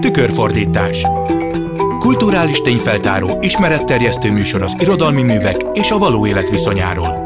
Tükörfordítás. Kulturális tényfeltáró, ismeretterjesztő műsor az irodalmi művek és a való élet viszonyáról.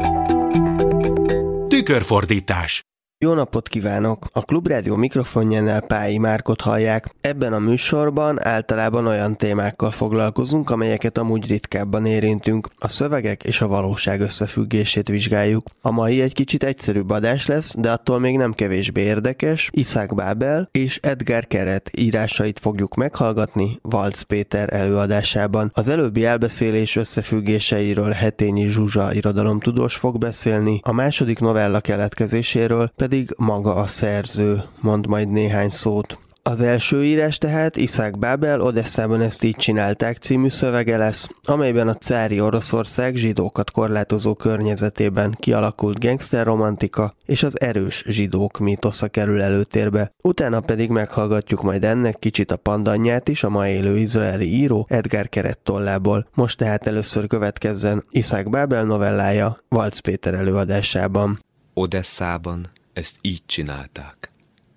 Tükörfordítás. Jó napot kívánok! A Klubrádió mikrofonjánál Pályi Márkot hallják. Ebben a műsorban általában olyan témákkal foglalkozunk, amelyeket amúgy ritkábban érintünk. A szövegek és a valóság összefüggését vizsgáljuk. A mai egy kicsit egyszerűbb adás lesz, de attól még nem kevésbé érdekes. Isaac Babel és Edgar Keret írásait fogjuk meghallgatni Valc Péter előadásában. Az előbbi elbeszélés összefüggéseiről Hetényi Zsuzsa irodalomtudós fog beszélni, a második novella keletkezéséről pedig maga a szerző mond majd néhány szót. Az első írás tehát Isaac Babel Odesszában ezt így csinálták című szövege lesz, amelyben a cári Oroszország zsidókat korlátozó környezetében kialakult gangsterromantika és az erős zsidók mítosza kerül előtérbe. Utána pedig meghallgatjuk majd ennek kicsit a pandanját is a ma élő izraeli író Edgar Keret tollából. Most tehát először következzen Isaac Babel novellája Valc Péter előadásában. Odesszában ezt így csinálták.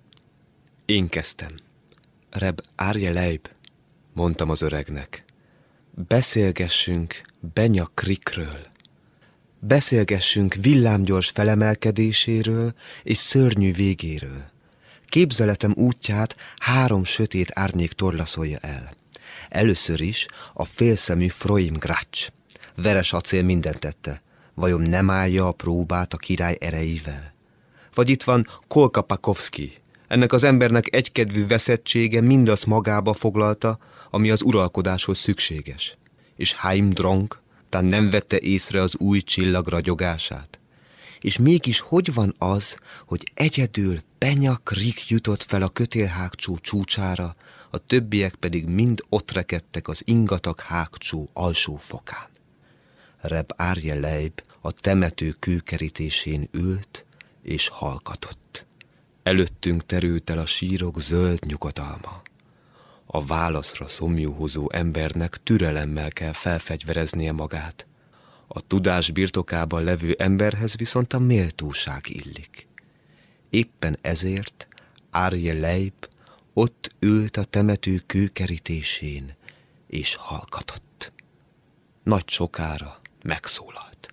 Én kezdtem. Reb Arje Leib, mondtam az öregnek. Beszélgessünk Benya Krikről. Beszélgessünk villámgyors felemelkedéséről és szörnyű végéről. Képzeletem útját 3 sötét árnyék torlaszolja el. Először is a félszemű Froim Grács. Veres acél mindent tette. Vajon nem állja a próbát a király erejével? Vagy itt van Kolka Pakovszky. Ennek az embernek egykedvű veszettsége mindazt magába foglalta, ami az uralkodáshoz szükséges. És Haim Dronk tán nem vette észre az új csillag ragyogását. És mégis hogy van az, hogy egyedül Benya Krik jutott fel a kötélhágcsó csúcsára, a többiek pedig mind ott rekedtek az ingatag hágcsó alsó fokán. Reb Arje Leib a temető kőkerítésén ült és hallgatott. Előttünk terült el a sírok zöld nyugodalma. A válaszra szomjúhozó embernek türelemmel kell felfegyvereznie magát. A tudás birtokában levő emberhez viszont a méltóság illik. Éppen ezért Arje Leib ott ült a temető kőkerítésén és hallgatott. Nagy sokára megszólalt.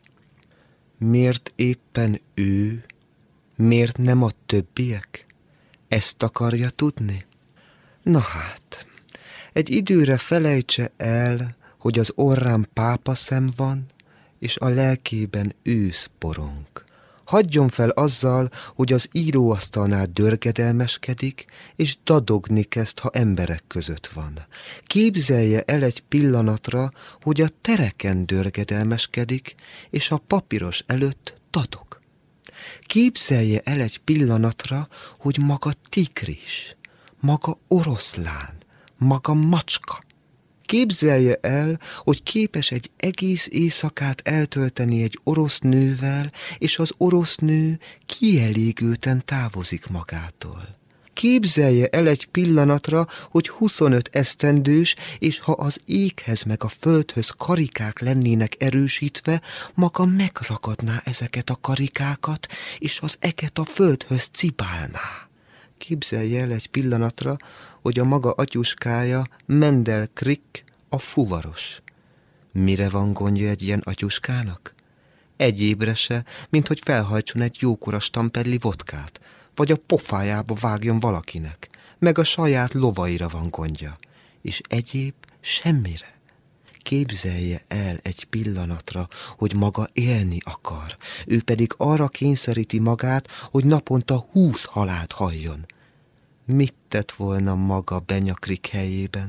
Miért éppen ő? Miért nem a többiek? Ezt akarja tudni? Na hát, egy időre felejtse el, hogy az orrán pápaszem van, és a lelkében ősz porong. Hagyjon fel azzal, hogy az íróasztalnál dörgedelmeskedik, és dadogni kezd, ha emberek között van. Képzelje el egy pillanatra, hogy a tereken dörgedelmeskedik, és a papíros előtt dadog. Képzelje el egy pillanatra, hogy maga tigris, maga oroszlán, maga macska. Képzelje el, hogy képes egy egész éjszakát eltölteni egy orosz nővel, és az orosz nő kielégülten távozik magától. Képzelje el egy pillanatra, hogy 25 esztendős, és ha az éghez meg a földhöz karikák lennének erősítve, maga megragadná ezeket a karikákat, és az eket a földhöz cibálná. Képzelje el egy pillanatra, hogy a maga atyuskája Mendel Krik a fuvaros. Mire van gondja egy ilyen atyuskának? Egyébre se, mint hogy felhajtson egy jókora stamperli vodkát, vagy a pofájába vágjon valakinek, meg a saját lovaira van gondja, és egyéb semmire. Képzelje el egy pillanatra, hogy maga élni akar, ő pedig arra kényszeríti magát, hogy naponta 20 halált halljon. Mit tett volna maga Benya Krik helyében?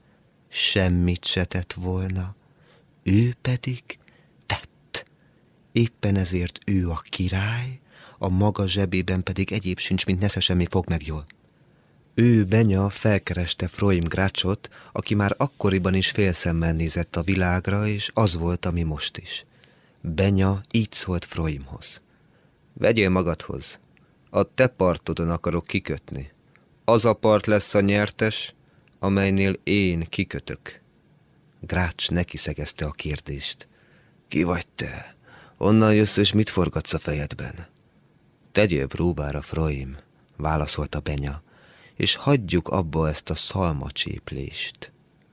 Semmit se tett volna, ő pedig tett. Éppen ezért ő a király, a maga zsebében pedig egyéb sincs, mint nesze semmi fog meg jól. Ő, Benya, felkereste Froim Grácsot, aki már akkoriban is félszemmel nézett a világra, és az volt, ami most is. Benya így szólt Froimhoz. Vegyél magadhoz, a te partodon akarok kikötni. Az a part lesz a nyertes, amelynél én kikötök. Grács nekiszegezte a kérdést. Ki vagy te? Honnan jössz és mit forgatsz a fejedben? Tegyél próbára, Froim, válaszolta Benya, és hagyjuk abba ezt a szalmacséplést.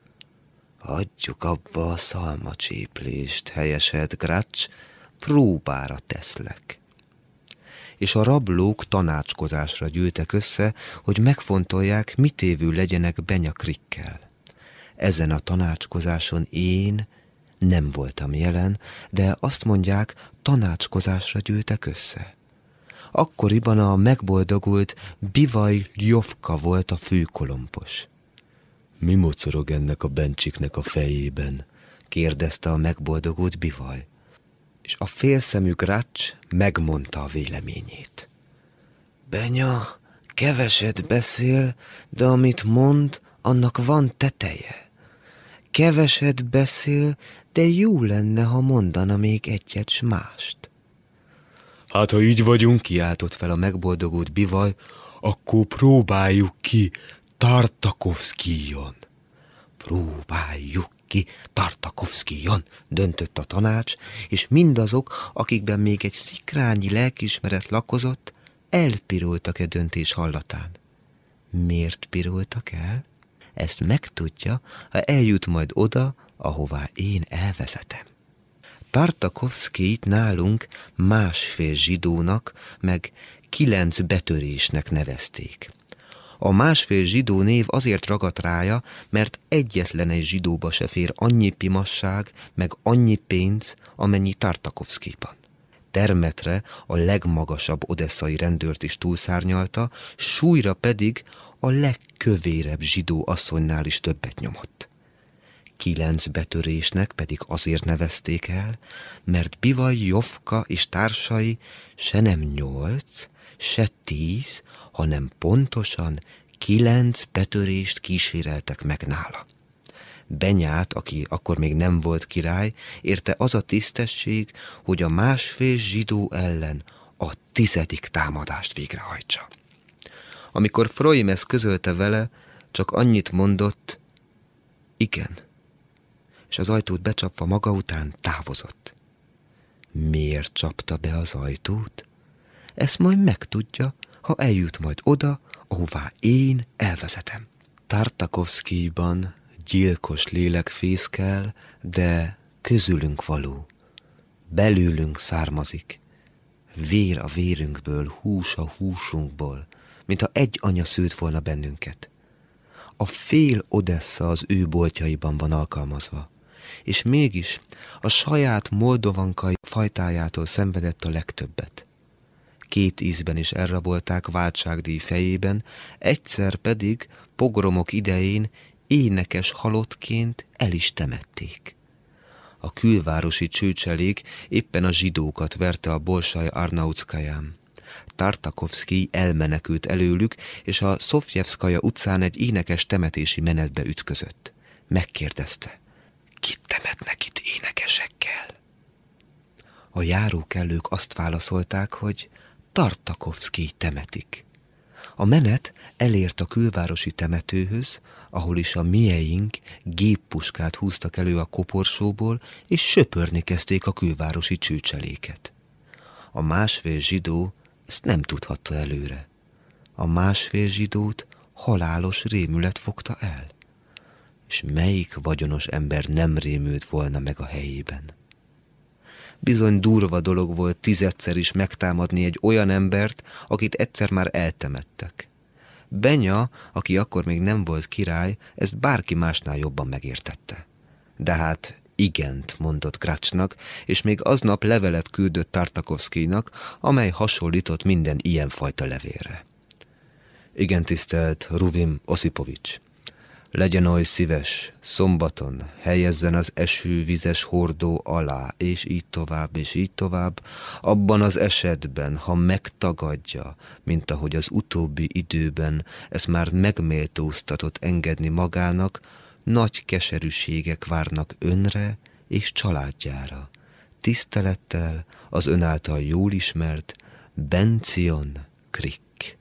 Hagyjuk abba a szalmacséplést, helyeselt Gracz, próbára teszlek. És a rablók tanácskozásra gyűltek össze, hogy megfontolják, mitévő legyenek Benya Krikkel. Ezen a tanácskozáson én nem voltam jelen, de azt mondják, tanácskozásra gyűltek össze. Akkoriban a megboldogult Bivaj Ljovka volt a főkolompos. Mi mocorog ennek a Bencsiknek a fejében? Kérdezte a megboldogult Bivaj. És a félszemű Gracz megmondta a véleményét. Benya keveset beszél, de amit mond, annak van teteje. Keveset beszél, de jó lenne, ha mondana még egyet s mást. Hát, ha így vagyunk, kiáltott fel a megboldogult Bivaj, akkor próbáljuk ki Tartakovszkijon. Próbáljuk ki Tartakovszkijon, döntött a tanács, és mindazok, akikben még egy szikrányi lelkiismeret lakozott, elpirultak e döntés hallatán. Miért pirultak el? Ezt megtudja, ha eljut majd oda, ahová én elvezetem. Tartakovszkijt nálunk 1,5 zsidónak, meg 9 betörésnek nevezték. A 1,5 zsidó név azért ragadt rája, mert egyetlen egy zsidóba se fér annyi pimasság, meg annyi pénz, amennyi Tartakovszkijban. Termetre a legmagasabb odesszai rendőrt is túlszárnyalta, súlyra pedig a legkövérebb zsidó asszonynál is többet nyomott. 9 betörésnek pedig azért nevezték el, mert Bivaj Ljovka és társai se nem 8, se 10, hanem pontosan 9 betörést kíséreltek meg nála. Benyát, aki akkor még nem volt király, érte az a tisztesség, hogy a 1,5 zsidó ellen a 10. támadást végrehajtsa. Amikor Froim ezt közölte vele, csak annyit mondott, igen, és az ajtót becsapva maga után távozott. Miért csapta be az ajtót? Ezt majd megtudja, ha eljut majd oda, ahová én elvezetem. Tartakovszkijban gyilkos lélek fészkel, de közülünk való, belőlünk származik. Vér a vérünkből, hús a húsunkból, mintha egy anya szült volna bennünket. A fél Odessza az ő boltjaiban van alkalmazva, és mégis a saját moldovankai fajtájától szenvedett a legtöbbet. 2 ízben is elrabolták váltságdíj fejében, egyszer pedig pogromok idején énekes halottként el is temették. A külvárosi csőcselék éppen a zsidókat verte a Bolsaj Arnautszkaján. Tartakovszkij elmenekült előlük, és a Szofjevszkaja utcán egy énekes temetési menetbe ütközött. Megkérdezte, kit temetnek itt énekesekkel? A járókellők azt válaszolták, hogy Tartakovszkijt temetik. A menet elért a külvárosi temetőhöz, ahol is a mieink géppuskát húztak elő a koporsóból, és söpörni kezdték a külvárosi csőcseléket. A 1,5 zsidó ezt nem tudhatta előre. A 1,5 zsidót halálos rémület fogta el. És melyik vagyonos ember nem rémült volna meg a helyében? Bizony durva dolog volt 10-szer is megtámadni egy olyan embert, akit egyszer már eltemettek. Benya, aki akkor még nem volt király, ezt bárki másnál jobban megértette. De hát igent mondott Gracznak, és még aznap levelet küldött Tartakovszkijnak, amely hasonlított minden ilyenfajta levélre. Igen, tisztelt Ruvim Osipovics, legyen oly szíves, szombaton helyezzen az esővizes hordó alá, és így tovább, abban az esetben, ha megtagadja, mint ahogy az utóbbi időben ezt már megméltóztatott engedni magának, nagy keserűségek várnak önre és családjára. Tisztelettel az ön által jól ismert Bencion Krik.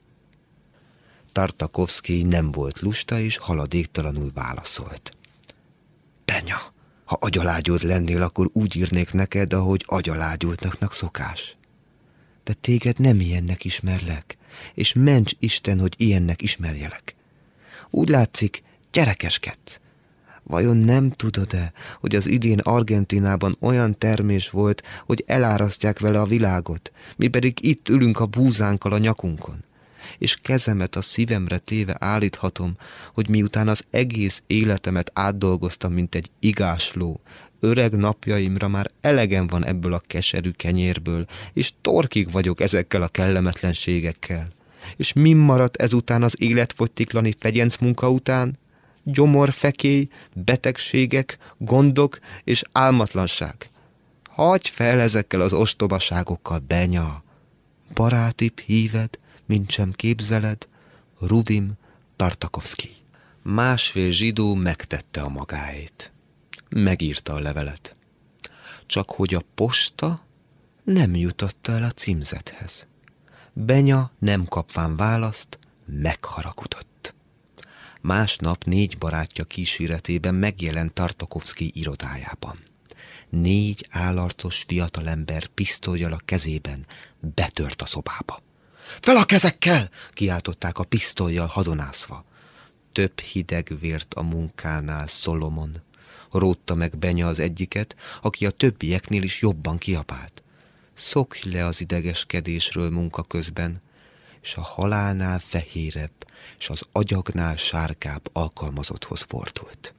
Tartakovszkij nem volt lusta, és haladéktalanul válaszolt. Benya, ha agyalágyult lennél, akkor úgy írnék neked, ahogy agyalágyultnak szokás. De téged nem ilyennek ismerlek, és ments Isten, hogy ilyennek ismerjelek. Úgy látszik, gyerekeskedsz. Vajon nem tudod-e, hogy az idén Argentínában olyan termés volt, hogy elárasztják vele a világot, mi pedig itt ülünk a búzánkkal a nyakunkon? És kezemet a szívemre téve állíthatom, hogy miután az egész életemet átdolgoztam, mint egy igásló, öreg napjaimra már elegem van ebből a keserű kenyérből, és torkig vagyok ezekkel a kellemetlenségekkel. És mi maradt ezután az életfogytiklani fegyenc munka után? Gyomorfekély, betegségek, gondok és álmatlanság. Hagyj fel ezekkel az ostobaságokkal, Benya! Barátibb híved, mint sem képzeled, Rudim Tartakovszkij. 1,5 zsidó megtette a magáét. Megírta a levelet. Csak hogy a posta nem jutotta el a címzethez. Benya nem kapván választ, megharagudott. Másnap 4 barátja kíséretében megjelent Tartakovszkij irodájában. 4 állarcos fiatalember pisztollyal a kezében betört a szobába. Fel a kezekkel! Kiáltották a pisztollyal hadonászva. Több hideg vért a munkánál Szolomon. Rótta meg Benya az egyiket, aki a többieknél is jobban kiabált. Szokj le az idegeskedésről munka közben, és a halálnál fehérebb, és az agyagnál sárgább alkalmazotthoz fordult.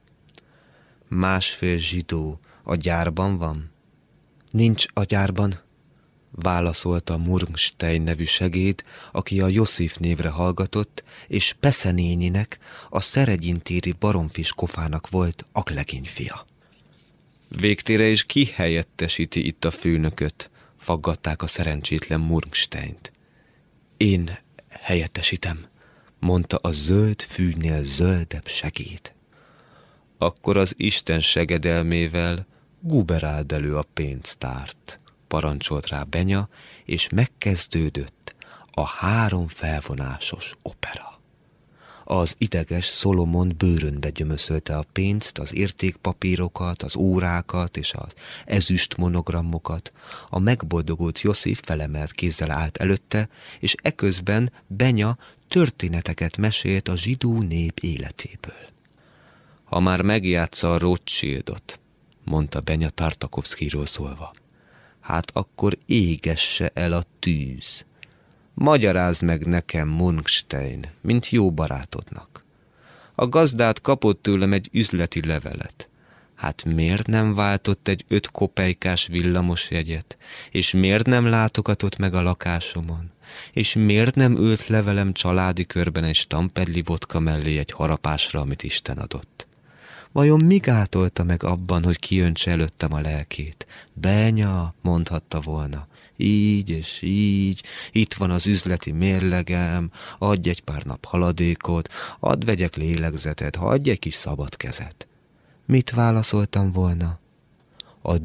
1,5 zsidó a gyárban van? Nincs a gyárban, válaszolta Murgstein nevű segéd, aki a Josif névre hallgatott, és Pesze néninek, a Szeregyintéri baromfiskofának volt aklegény fia. Végtére is ki helyettesíti itt a főnököt? Faggatták a szerencsétlen Murgsteint. Én helyettesítem, mondta a zöld fűnél zöldebb segéd. Akkor az Isten segedelmével guberáld elő a pénztárt, parancsolt rá Benya, és megkezdődött a 3 felvonásos opera. Az ideges Szolomon bőrönbe gyömöszölte a pénzt, az értékpapírokat, az órákat és az ezüst monogramokat. A megboldogult Josif felemelt kézzel állt előtte, és eközben Benya történeteket mesélt a zsidó nép életéből. Ha már megjátsza a Rothschildot, mondta Benya Tartakovszkijról szólva, hát akkor égesse el a tűz. Magyarázd meg nekem, Murgstein, mint jó barátodnak. A gazdát kapott tőlem egy üzleti levelet. Hát miért nem váltott egy 5 kopejkás villamosjegyet? És miért nem látogatott meg a lakásomon? És miért nem ült le velem családi körben egy stampedli vodka mellé egy harapásra, amit Isten adott? Vajon mi gátolta meg abban, hogy kiöntse előttem a lelkét? Benya, mondhatta volna. Így és így, itt van az üzleti mérlegem, adj egy pár nap haladékot, add vegyek lélegzetet, hagyj egy kis szabad kezet. Mit válaszoltam volna? A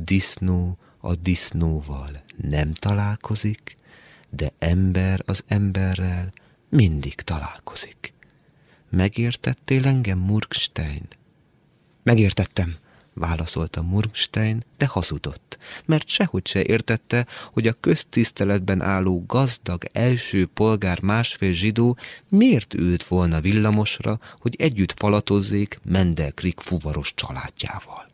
disznóval nem találkozik, de ember az emberrel mindig találkozik. Megértettél engem, Murgstein? Megértettem, válaszolta Murgstein, de hazudott, mert sehogy se értette, hogy a köztiszteletben álló gazdag első polgár 1,5 zsidó miért ült volna villamosra, hogy együtt falatozzék Mendelkrieg fuvaros családjával.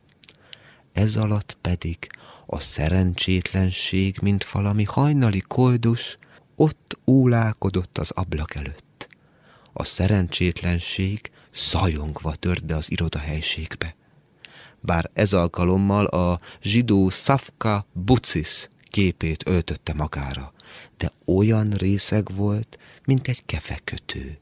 Ez alatt pedig a szerencsétlenség, mint valami hajnali koldus, ott ólálkodott az ablak előtt. A szerencsétlenség zajongva tört be az irodahelyiségbe. Bár ez alkalommal a zsidó Szafka Bucis képét öltötte magára, de olyan részeg volt, mint egy kefekötő.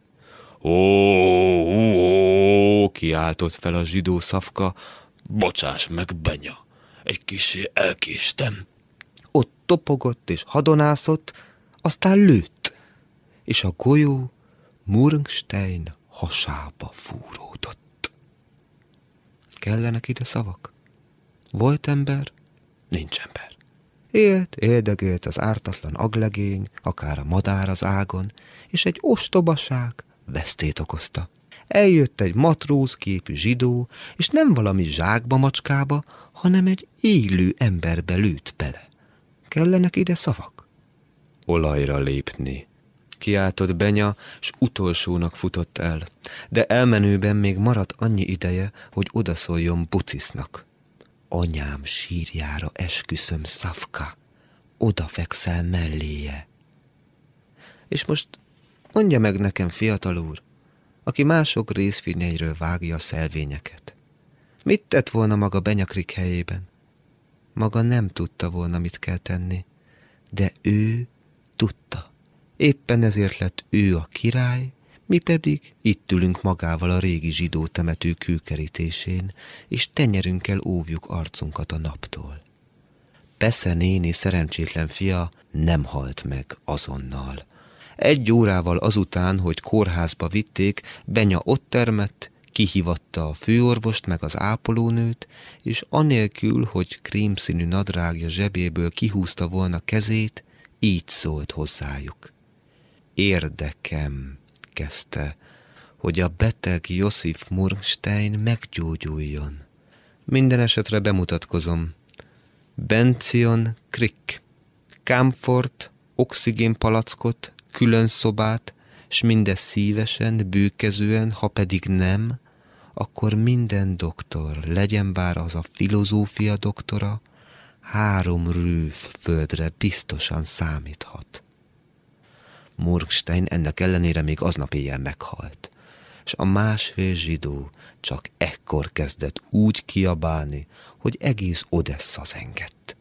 Ó, kiáltott fel a zsidó Szafka, bocsáss meg, Benya, egy kissé elkéstem. Ott topogott és hadonászott, aztán lőtt, és a golyó Murgstein hasába fúródott. Kellenek ide szavak? Volt ember? Nincs ember. Éldegélt az ártatlan aglegény, akár a madár az ágon, és egy ostobaság vesztét okozta. Eljött egy matróz képű zsidó, és nem valami zsákba macskába, hanem egy élő emberbe lőtt bele. Kellenek ide szavak? Olajra lépni, kiáltott Benya, s utolsónak futott el. De elmenőben még maradt annyi ideje, hogy odaszóljon Bucisznak. Anyám sírjára esküszöm, Szafka, odafekszel melléje. És most mondja meg nekem, fiatal úr, aki mások részfényeiről vágja a szelvényeket. Mit tett volna maga Benyakrik helyében? Maga nem tudta volna, mit kell tenni, de ő tudta. Éppen ezért lett ő a király, mi pedig itt ülünk magával a régi zsidó temető kőkerítésén, és tenyerünkkel óvjuk arcunkat a naptól. Pesze néni szerencsétlen fia nem halt meg azonnal. 1 órával azután, hogy kórházba vitték, Benya ott termett, kihívatta a főorvost meg az ápolónőt, és anélkül, hogy krémszínű nadrágja zsebéből kihúzta volna kezét, így szólt hozzájuk. Érdekem, kezdte, hogy a beteg Josif Murgstein meggyógyuljon. Minden esetre bemutatkozom. Benzion Krick, kámfort, oxigénpalackot, külön szobát, s mindez szívesen, bőkezően, ha pedig nem, akkor minden doktor, legyen bár az a filozófia doktora, 3 rűv földre biztosan számíthat. Murgstein ennek ellenére még aznap éjjel meghalt, s a 1,5 zsidó csak ekkor kezdett úgy kiabálni, hogy egész Odessza zengett.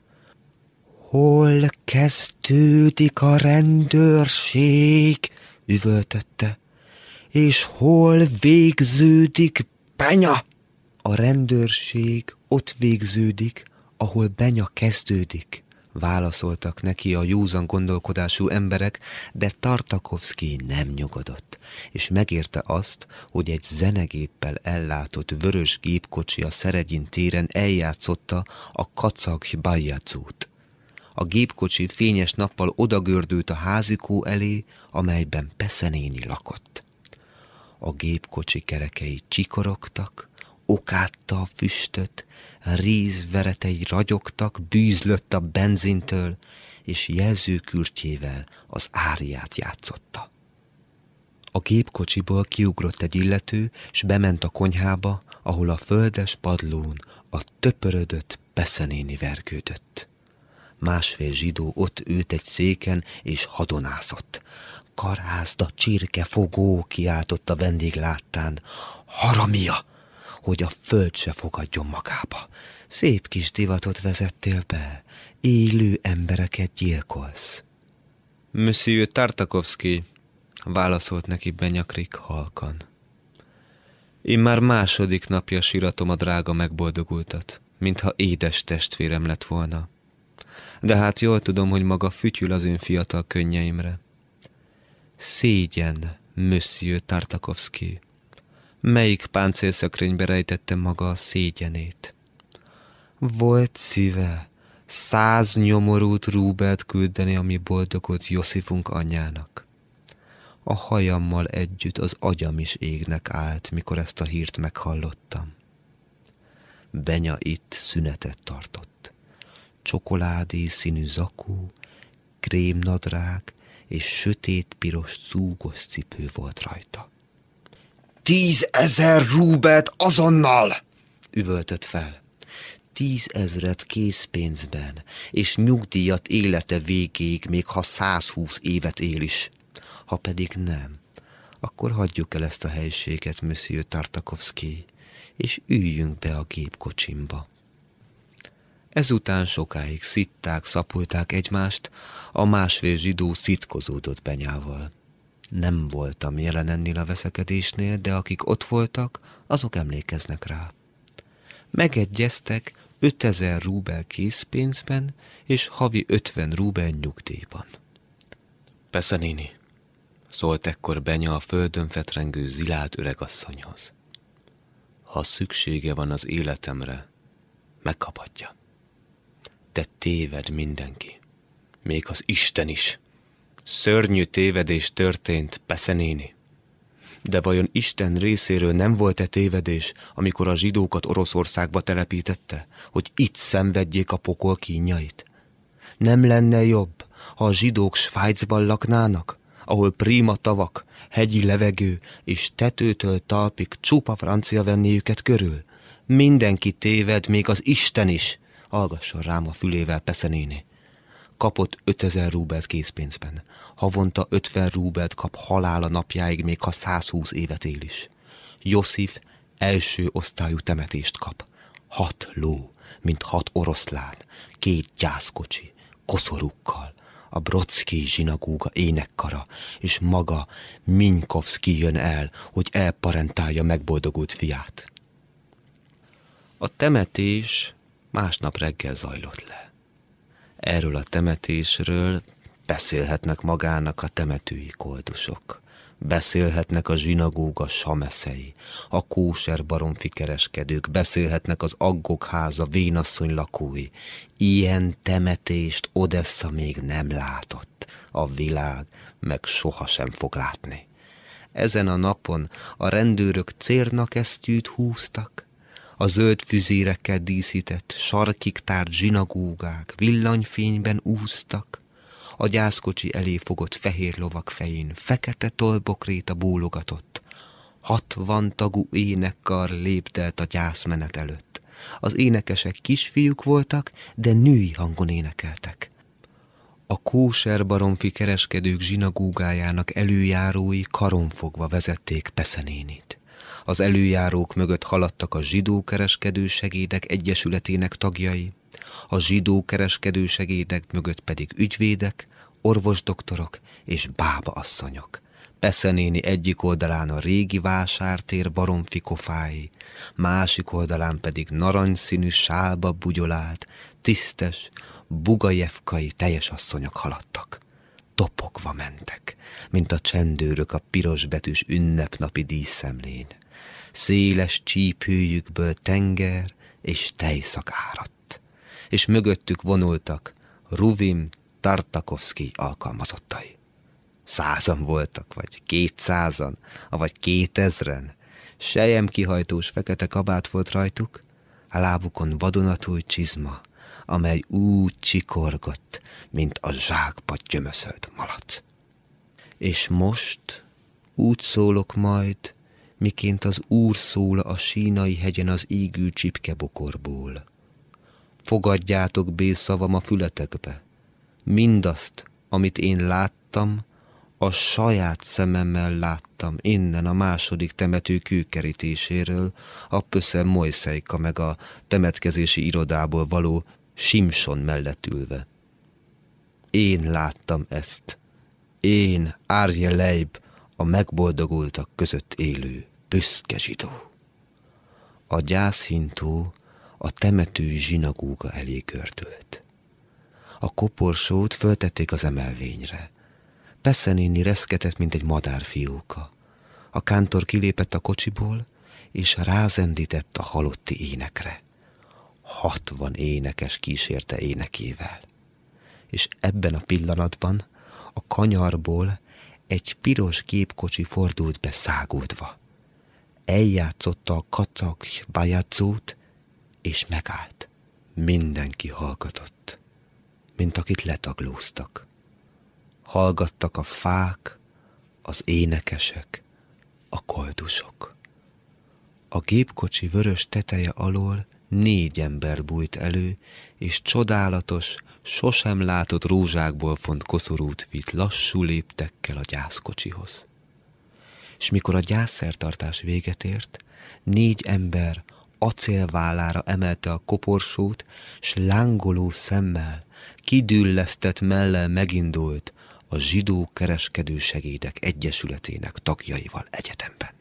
Hol kezdődik a rendőrség? Üvöltötte. És hol végződik Benya? A rendőrség ott végződik, ahol Benya kezdődik, válaszoltak neki a józan gondolkodású emberek, de Tartakovszkij nem nyugodott, és megérte azt, hogy egy zenegéppel ellátott vörös gépkocsi a Szeregyin téren eljátszotta a Kacag Bajadzót. A gépkocsi fényes nappal odagördült a házikó elé, amelyben Pesze néni lakott. A gépkocsi kerekei csikorogtak, okátta a füstöt, rízveretei ragyogtak, bűzlött a benzintől, és jelzőkürtjével az áriát játszotta. A gépkocsiból kiugrott egy illető, s bement a konyhába, ahol a földes padlón a töpörödött Pesze néni vergődött. 1,5 zsidó ott ült egy széken, és hadonászott. Karázda, csirkefogó, kiáltott a vendégláttán. Haramia, hogy a föld se fogadjon magába. Szép kis divatot vezettél be, élő embereket gyilkolsz. Monsieur Tartakovszkij, válaszolt neki Benyakrik halkan. Én már 2. napja síratom a drága megboldogultat, mintha édes testvérem lett volna. De hát jól tudom, hogy maga fütyül az én fiatal könnyeimre. Szégyen, Monsieur Tartakovszkij. Melyik páncélszekrénybe rejtette maga a szégyenét? Volt szíve 100 nyomorult rúbelt küldeni a mi boldogult Josifunk anyjának. A hajammal együtt az agyam is égnek állt, mikor ezt a hírt meghallottam. Benya itt szünetet tartott. Csokoládé színű zakó, krémnadrág és sötét-piros szúgos cipő volt rajta. 10 000 rubelt azonnal! Üvöltött fel. 10 000 készpénzben, és nyugdíjat élete végéig, még ha 120 évet él is. Ha pedig nem, akkor hagyjuk el ezt a helyiséget, Monsieur Tartakovszkij, és üljünk be a gépkocsimba. Ezután sokáig szitták, szapulták egymást, a 1,5 zsidó szitkozódott Benyával. Nem voltam jelen ennél a veszekedésnél, de akik ott voltak, azok emlékeznek rá. Megegyeztek 5000 rubel készpénzben és havi 50 rubel nyugdíjban. Pesze néni, szólt ekkor Benya a földön fetrengő zilált öregasszonyhoz. Ha szüksége van az életemre, megkaphatja. De téved mindenki, még az Isten is. Szörnyű tévedés történt, Pesze néni. De vajon Isten részéről nem volt-e tévedés, amikor a zsidókat Oroszországba telepítette, hogy itt szenvedjék a pokol kínjait? Nem lenne jobb, ha a zsidók Svájcban laknának, ahol prima tavak, hegyi levegő és tetőtől talpig csupa francia venni őket körül. Mindenki téved, még az Isten is, hallgasson rám a fülével Pesze néni. Kapott 5000 rubelt készpénzben. Havonta 50 rubelt kap halála napjáig, még ha 120 évet él is. Josif első osztályú temetést kap. 6 ló, mint 6 oroszlán, 2 gyászkocsi, koszorúkkal, a Brodszkij zsinagóga énekkara, és maga Minykovszkij jön el, hogy elparentálja megboldogult fiát. A temetés másnap reggel zajlott le. Erről a temetésről beszélhetnek magának a temetői koldusok. Beszélhetnek a zsinagóga sameszei, a kóser baromfi kereskedők, beszélhetnek az aggok háza vénasszony lakói. Ilyen temetést Odessza még nem látott, a világ meg sohasem fog látni. Ezen a napon a rendőrök cérnakesztyűt húztak, a zöld füzérekkel díszített, sarkig tárt zsinagógák villanyfényben úsztak, a gyászkocsi elé fogott fehér lovak fején fekete tollbokréta bólogatott, 60 tagú énekkar léptelt a gyászmenet előtt. Az énekesek kisfiúk voltak, de női hangon énekeltek. A kóser baromfi kereskedők zsinagógájának előjárói karonfogva vezették Pesze nénit. Az előjárók mögött haladtak a zsidó kereskedősegédek egyesületének tagjai, a zsidó kereskedősegédek mögött pedig ügyvédek, orvosdoktorok és bábaasszonyok. Pesze néni egyik oldalán a régi vásártér baromfi kofái, másik oldalán pedig narancsszínű sálba bugyolált, tisztes, bugajevkai teljesasszonyok haladtak. Topogva mentek, mint a csendőrök a pirosbetűs ünnepnapi díszszemlén. Széles csípőjükből tenger és tejszak áradt, és mögöttük vonultak Ruvim Tartakovszkij alkalmazottai. 100-an voltak, vagy 200-an, vagy 2000-en. Selyemkihajtós fekete kabát volt rajtuk, a lábukon vadonatúj csizma, amely úgy csikorgott, mint a zsákba gyömöszölt malac. És most úgy szólok majd, miként az Úr szól a Sínai hegyen az égő csipkebokorból. Fogadjátok bé szavam a fületekbe. Mindazt, amit én láttam, a saját szememmel láttam innen a második temető kőkerítéséről, a Pösze Mojszejka meg a temetkezési irodából való Simson mellett ülve. Én láttam ezt. Én, Árje Leib, a megboldogultak között élő, büszke zsidó. A gyászhintó a temető zsinagóga elé gördült. A koporsót föltették az emelvényre. Pesze néni reszketett, mint egy madárfióka. A kántor kilépett a kocsiból, és rázendített a halotti énekre. 60 énekes kísérte énekével. És ebben a pillanatban a kanyarból egy piros gépkocsi fordult be száguldva. Eljátszotta a kacak bajadzót, és megállt. Mindenki hallgatott, mint akit letaglóztak. Hallgattak a fák, az énekesek, a koldusok. A gépkocsi vörös teteje alól 4 ember bújt elő, és csodálatos, sosem látott rózsákból font koszorút vitt lassú léptekkel a gyászkocsihoz. És mikor a gyászszertartás véget ért, 4 ember acélvállára emelte a koporsót, s lángoló szemmel, kidüllesztett mellel megindult a zsidó kereskedősegédek egyesületének tagjaival egyetemben.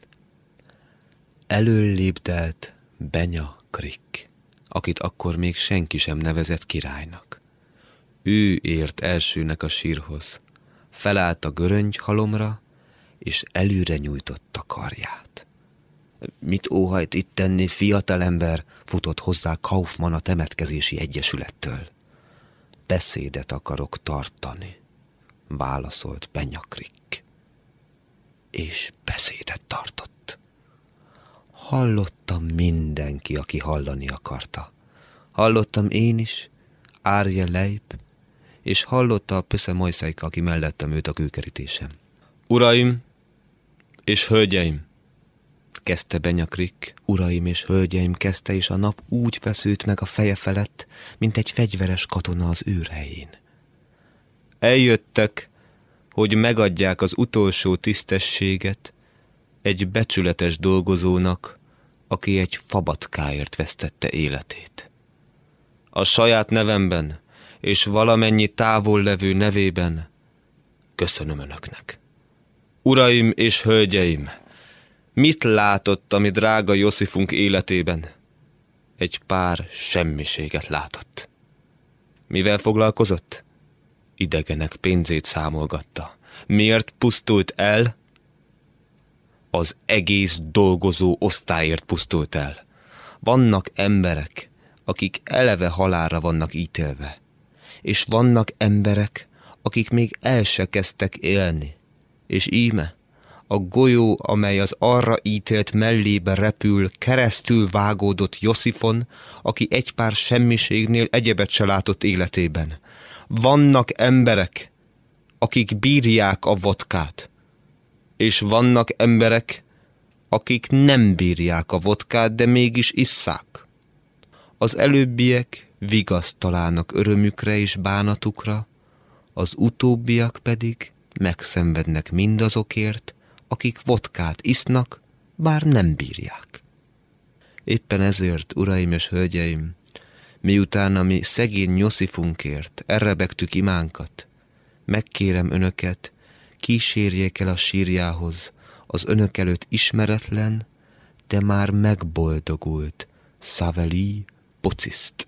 Előlépdelt Benya Krik, akit akkor még senki sem nevezett királynak. Ő ért elsőnek a sírhoz, felállt a göröngyhalomra, és előre nyújtotta karját. Mit óhajt itt tenni, fiatalember? Futott hozzá Kaufmann a temetkezési egyesülettől. Beszédet akarok tartani, válaszolt Benya Krik. És beszédet tartott. Hallottam mindenki, aki hallani akarta. Hallottam én is, Árje Leib, és hallotta a Pösze Mojszejka, aki mellettem ült a kőkerítésen. Uraim és hölgyeim, kezdte Benyakrik, uraim és hölgyeim, kezdte, és a nap úgy feszült meg a feje felett, mint egy fegyveres katona az őrhelyén. Eljöttek, hogy megadják az utolsó tisztességet egy becsületes dolgozónak, aki egy fabatkáért vesztette életét. A saját nevemben és valamennyi távol levő nevében köszönöm önöknek. Uraim és hölgyeim, mit látott, ami drága Josifunk életében? Egy pár semmiséget látott. Mivel foglalkozott? Idegenek pénzét számolgatta. Miért pusztult el? Az egész dolgozó osztályért pusztult el. Vannak emberek, akik eleve halálra vannak ítélve, és vannak emberek, akik még el se kezdtek élni, és íme, a golyó, amely az arra ítélt mellébe repül, keresztül vágódott Josifon, aki egy pár semmiségnél egyebet se látott életében. Vannak emberek, akik bírják a vodkát, és vannak emberek, akik nem bírják a vodkát, de mégis isszák. Az előbbiek vigaszt találnak örömükre és bánatukra, az utóbbiak pedig megszenvednek mindazokért, akik vodkát isznak, bár nem bírják. Éppen ezért, uraim és hölgyeim, miután a mi szegény Josifunkért elrebegtük imánkat, megkérem önöket, kísérjék el a sírjához az önök előtt ismeretlen, de már megboldogult Szaveli Pociszt.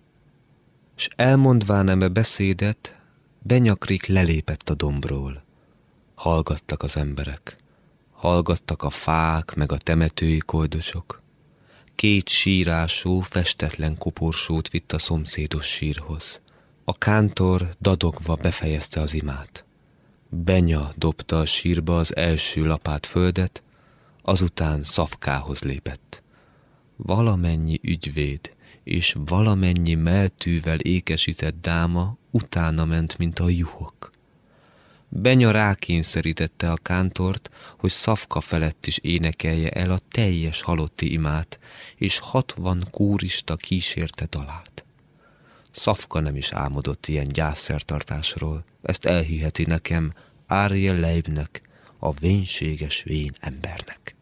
S elmondván eme beszédet, Benyakrik lelépett a dombról. Hallgattak az emberek, hallgattak a fák meg a temetői koldosok. 2 sírású, festetlen koporsót vitt a szomszédos sírhoz. A kántor dadogva befejezte az imát. Benya dobta a sírba az első lapát földet, azután Szafkához lépett. Valamennyi ügyvéd és valamennyi meltűvel ékesített dáma utána ment, mint a juhok. Benya rákényszerítette a kántort, hogy Szafka felett is énekelje el a teljes halotti imát, és 60 kórista kísérte dalát. Szafka nem is álmodott ilyen gyászszertartásról, ezt elhiheti nekem Árje Leibnek, a vénséges vén embernek.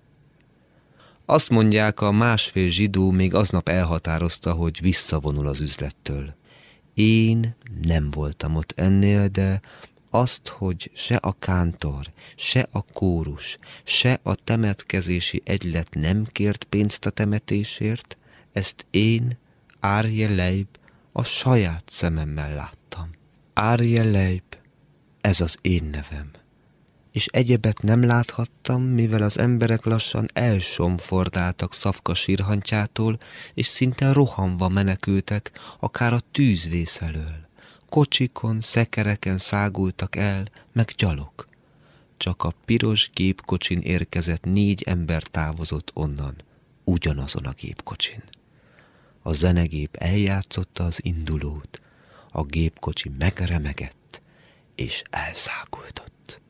Azt mondják, a 1,5 zsidó még aznap elhatározta, hogy visszavonul az üzlettől. Én nem voltam ott ennél, de azt, hogy se a kántor, se a kórus, se a temetkezési egylet nem kért pénzt a temetésért, ezt én, Árje Leib, a saját szememmel láttam. Árje Leib, ez az én nevem. És egyebet nem láthattam, mivel az emberek lassan elsomfordáltak Szafka sírhantjától, és szinte rohanva menekültek, akár a tűzvész elől. Kocsikon, szekereken szágultak el, meg gyalog. Csak a piros gépkocsin érkezett 4 ember távozott onnan, ugyanazon a gépkocsin. A zenegép eljátszotta az indulót, a gépkocsi megremegett, és elszáguldott.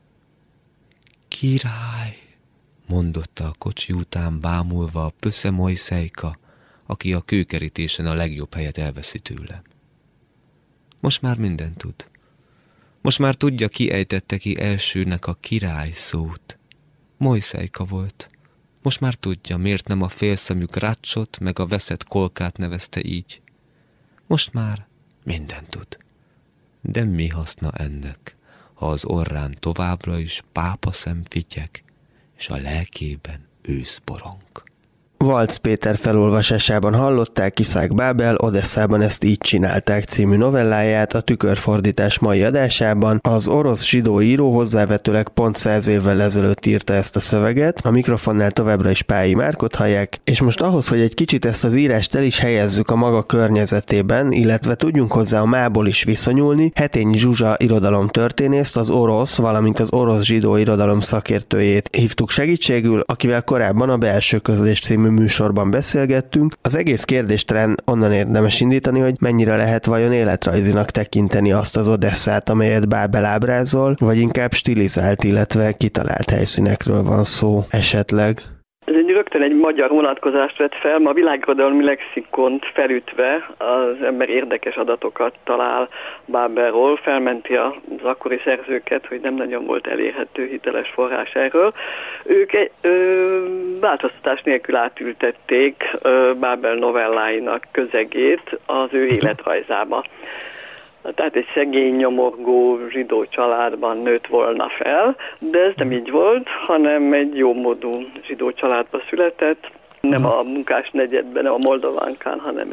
Király, mondotta a kocsi után bámulva a Pösze Mojszejka, aki a kőkerítésen a legjobb helyet elveszi tőle. Most már mindent tud. Most már tudja, ki ejtette ki elsőnek a király szót. Mojszejka volt. Most már tudja, miért nem a félszemű Grácsot meg a veszett Kolkát nevezte így. Most már mindent tud. De mi haszna ennek, ha az orrán továbbra is pápaszem fityeg, és a lelkében őszborong? Valc Péter felolvasásában hallották Iszák Bábel Odesszában ezt így csinálták című novelláját a Tükörfordítás mai adásában. Az orosz zsidó író hozzávetőleg pont 100 évvel ezelőtt írta ezt a szöveget, a mikrofonnál továbbra is Pályi Márkot hallják, és most ahhoz, hogy egy kicsit ezt az írást el is helyezzük a maga környezetében, illetve tudjunk hozzá a mából is viszonyulni, Hetényi Zsuzsa irodalomtörténészt, az orosz, valamint az orosz zsidó irodalom szakértőjét hívtuk segítségül, akivel korábban a Belső Közlés című című műsorban beszélgettünk. Az egész kérdést talán onnan érdemes indítani, hogy mennyire lehet vajon életrajzinak tekinteni azt az Odesszát, amelyet Bábel ábrázol, vagy inkább stilizált, illetve kitalált helyszínekről van szó esetleg. Ez rögtön egy magyar vonatkozást vett fel, ma a világirodalmi lexikont felütve az ember érdekes adatokat talál Bábelról, felmenti az akkori szerzőket, hogy nem nagyon volt elérhető hiteles forrás erről. Ők változtatás nélkül átültették Bábel novelláinak közegét az ő életrajzába. Tehát egy szegény, nyomorgó zsidó családban nőtt volna fel, de ez nem így volt, hanem egy jómódú zsidó családba született, nem a munkás negyedben, nem a Moldovánkán, hanem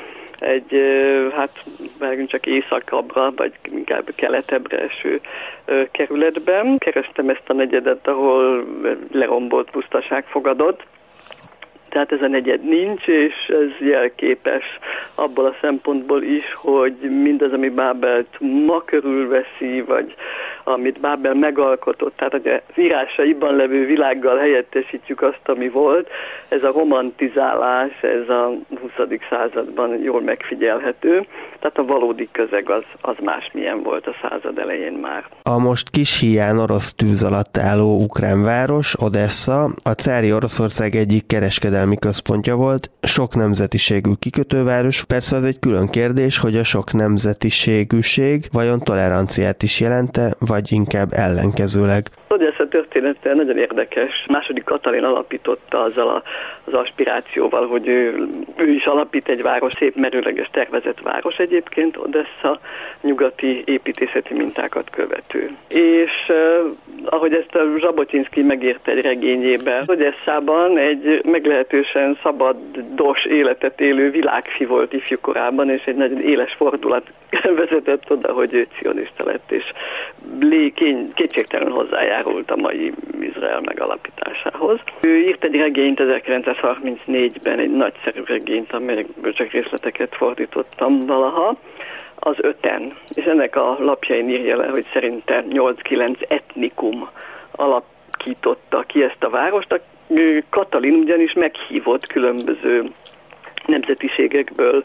hát vágjunk csak északabbra, vagy inkább keletebbre eső kerületben. Kerestem ezt a negyedet, ahol lerombolt pusztaság fogadott. Tehát ez a negyed nincs, és ez jelképes abból a szempontból is, hogy mindaz, ami Bábelt ma körülveszi, vagy amit Bábel megalkotott, tehát hogy az írásaiban levő világgal helyettesítjük azt, ami volt, ez a romantizálás, ez a 20. században jól megfigyelhető, tehát a valódi közeg az másmilyen volt a század elején már. A most kis híján orosz tűz alatt álló ukrán város, Odessa, a cári Oroszország egyik kereskedelmi központja volt, sok nemzetiségű kikötőváros. Persze az egy külön kérdés, hogy a sok nemzetiségűség vajon toleranciát is jelente, vagy inkább ellenkezőleg. Odessa története nagyon érdekes. II. Katalin alapította azzal az aspirációval, hogy ő is alapít egy város, szép merőleges tervezett város egyébként, Odessa nyugati építészeti mintákat követő. És ahogy ezt a Zsabotinszky megírta egy regényében, Odesszában egy meglehetősen szabados életet élő világfi volt ifjúkorában, és egy nagyon éles fordulat vezetett oda, hogy ő cionista lett, és kétségtelenül hozzájárult a mai Izrael megalapításához. Ő írt egy regényt 1934-ben, egy nagyszerű regényt, amelyből csak részleteket fordítottam valaha, az Öten, és ennek a lapjain írja le, hogy szerinte 8-9 etnikum alakította ki ezt a várost. Katalin ugyanis meghívott különböző nemzetiségekből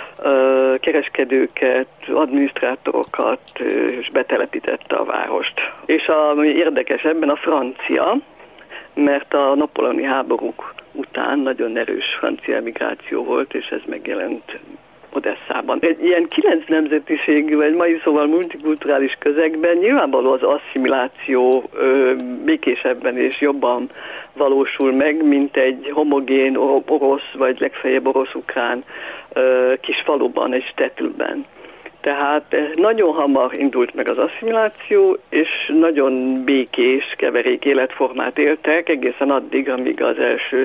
kereskedőket, adminisztrátorokat, és betelepítette a várost. És ami érdekes ebben a francia, mert a napóleoni háborúk után nagyon erős francia emigráció volt, és ez megjelent Odesszában. Egy ilyen 9 nemzetiségű, vagy mai szóval multikulturális közegben nyilvánvaló az asszimiláció békésebben és jobban valósul meg, mint egy homogén orosz, vagy legfeljebb orosz-ukrán kis faluban, egy stetülben. Tehát nagyon hamar indult meg az asszimiláció, és nagyon békés, keverék életformát éltek, egészen addig, amíg az első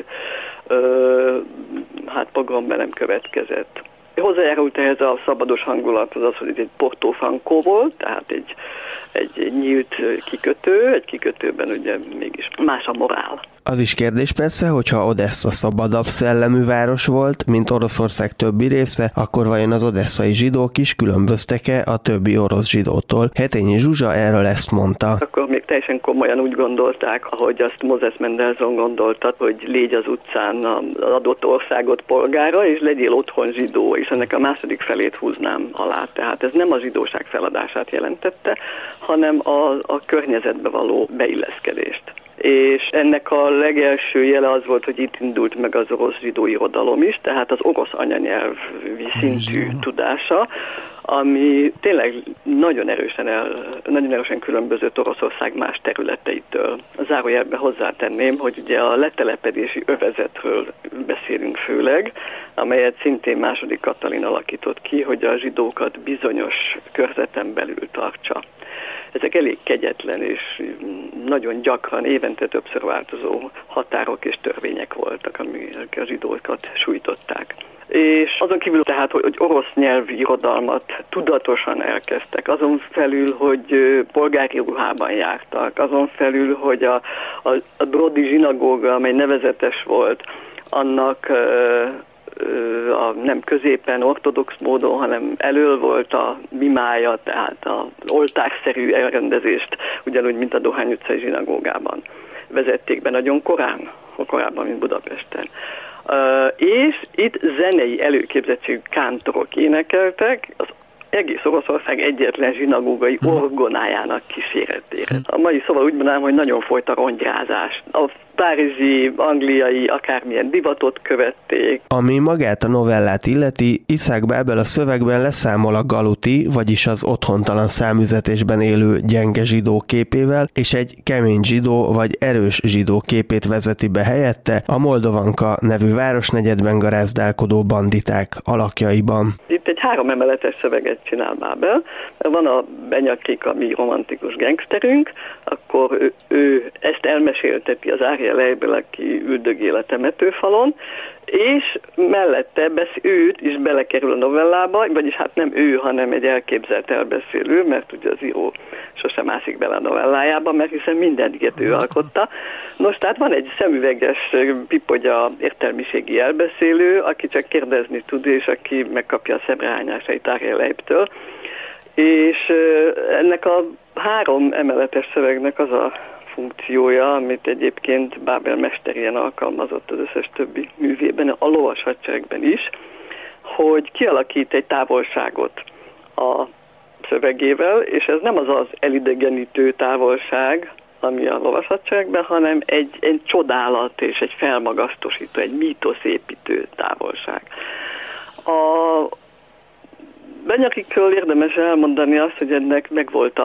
pogrom be nem következett. Hozzájárult ehhez a szabados hangulathoz az, hogy egy Porto Franco volt, tehát egy nyílt kikötő, egy kikötőben ugye mégis más a morál. Az is kérdés persze, hogyha Odessa szabadabb szellemű város volt, mint Oroszország többi része, akkor vajon az odesszai zsidók is különböztek-e a többi orosz zsidótól? Hetényi Zsuzsa erről ezt mondta. Akkor még teljesen komolyan úgy gondolták, ahogy azt Moses Mendelssohn gondolta, hogy légy az utcán az adott országot polgára, és legyél otthon zsidó, és ennek a második felét húznám alá. Tehát ez nem a zsidóság feladását jelentette, hanem a környezetbe való beilleszkedést. És ennek a legelső jele az volt, hogy itt indult meg az orosz zsidó irodalom is, tehát az orosz anyanyelvi szintű tudása, ami tényleg nagyon erősen különbözött Oroszország más területeitől. Zárójelben hozzátenném, hogy ugye a letelepedési övezetről beszélünk főleg, amelyet szintén II. Katalin alakított ki, hogy a zsidókat bizonyos körzeten belül tartsa. Ezek elég kegyetlen és nagyon gyakran, évente többször változó határok és törvények voltak, amik a zsidókat sújtották. És azon kívül tehát, hogy orosz nyelvi irodalmat tudatosan elkezdtek, azon felül, hogy polgári ruhában jártak, azon felül, hogy a Brody zsinagóga, amely nevezetes volt, annak nem középen, ortodox módon, hanem elől volt a bimája, tehát az oltárszerű elrendezést, ugyanúgy, mint a Dohány utcai zsinagógában vezették be nagyon korábban, mint Budapesten. És itt zenei előképzettségű kántorok énekeltek, az egész Oroszország egyetlen zsinagógai orgonájának kíséretére. A mai szóval úgy mondanám, hogy nagyon folyt a rongyázás. A párizsi, angliai, akármilyen divatot követték. Ami magát a novellát illeti, Isaac Babel a szövegben leszámol a galuti, vagyis az otthontalan számüzetésben élő gyenge zsidó képével, és egy kemény zsidó vagy erős zsidó képét vezeti be helyette a Moldovanka nevű városnegyedben garázdálkodó banditák alakjaiban. Itt egy 3 emeletes szöveget csinál Babel. Van a Benyakik, ami romantikus gangsterünk, akkor ő ezt elmesélteti az Árja Leiből, aki üldögél a temetőfalon, és mellette őt is belekerül a novellába, vagyis hát nem ő, hanem egy elképzelt elbeszélő, mert ugye az író sosem mászik bele a novellájába, mert hiszen mindeniket ő alkotta. Nos, tehát van egy szemüveges pipogya értelmiségi elbeszélő, aki csak kérdezni tud, és aki megkapja a szemrehányásait Árja Leibtől. És ennek a 3 emeletes szövegnek az a funkciója, amit egyébként Babel mesterien alkalmazott az összes többi művében, a lovas hadseregben is, hogy kialakít egy távolságot a szövegével, és ez nem az elidegenítő távolság, ami a lovas hadseregben, hanem egy csodálat és egy felmagasztosító, egy mítoszépítő távolság. A Benyakikről érdemes elmondani azt, hogy ennek megvolt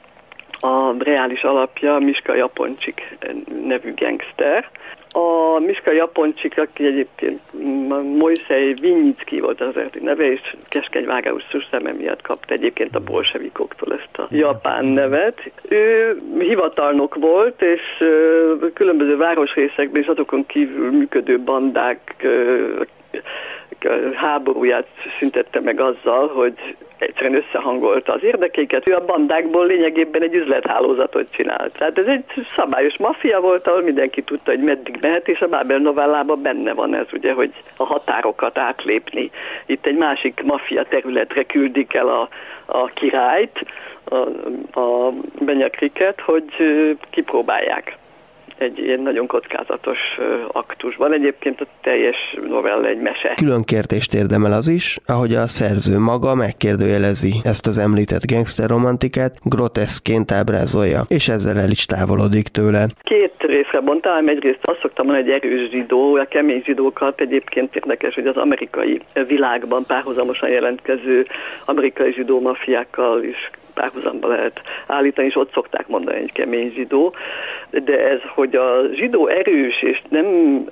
a reális alapja, Miska Japoncsik nevű gangster. A Miska Japoncsik, aki egyébként Mojszej Vinnyicki volt az eredeti neve, és keskeny vágású szeme miatt kapta egyébként a bolsevikoktól ezt a japán nevet. Ő hivatalnok volt, és különböző városrészekben és azokon kívül működő bandák háborúját szüntette meg azzal, hogy egyszerűen összehangolta az érdekeiket. Ő a bandákból lényegében egy üzlethálózatot csinált. Tehát ez egy szabályos maffia volt, ahol mindenki tudta, hogy meddig mehet, és a Babel novellában benne van ez, ugye, hogy a határokat átlépni. Itt egy másik maffia területre küldik el a királyt, a Benyakiket, hogy kipróbálják egy ilyen nagyon kockázatos aktusban. Egyébként a teljes novella egy mese. Külön kérdést érdemel az is, ahogy a szerző maga megkérdőjelezi ezt az említett gangster romantikát, groteszkként ábrázolja, és ezzel el is távolodik tőle. 2 részre bontám, egyrészt azt szoktam mondani, hogy erős zsidó, a kemény zsidókat egyébként érdekes, hogy az amerikai világban párhuzamosan jelentkező amerikai zsidó mafiákkal is párhuzamba lehet állítani, és ott szokták mondani, hogy kemény zsidó, de ez, hogy a zsidó erős és nem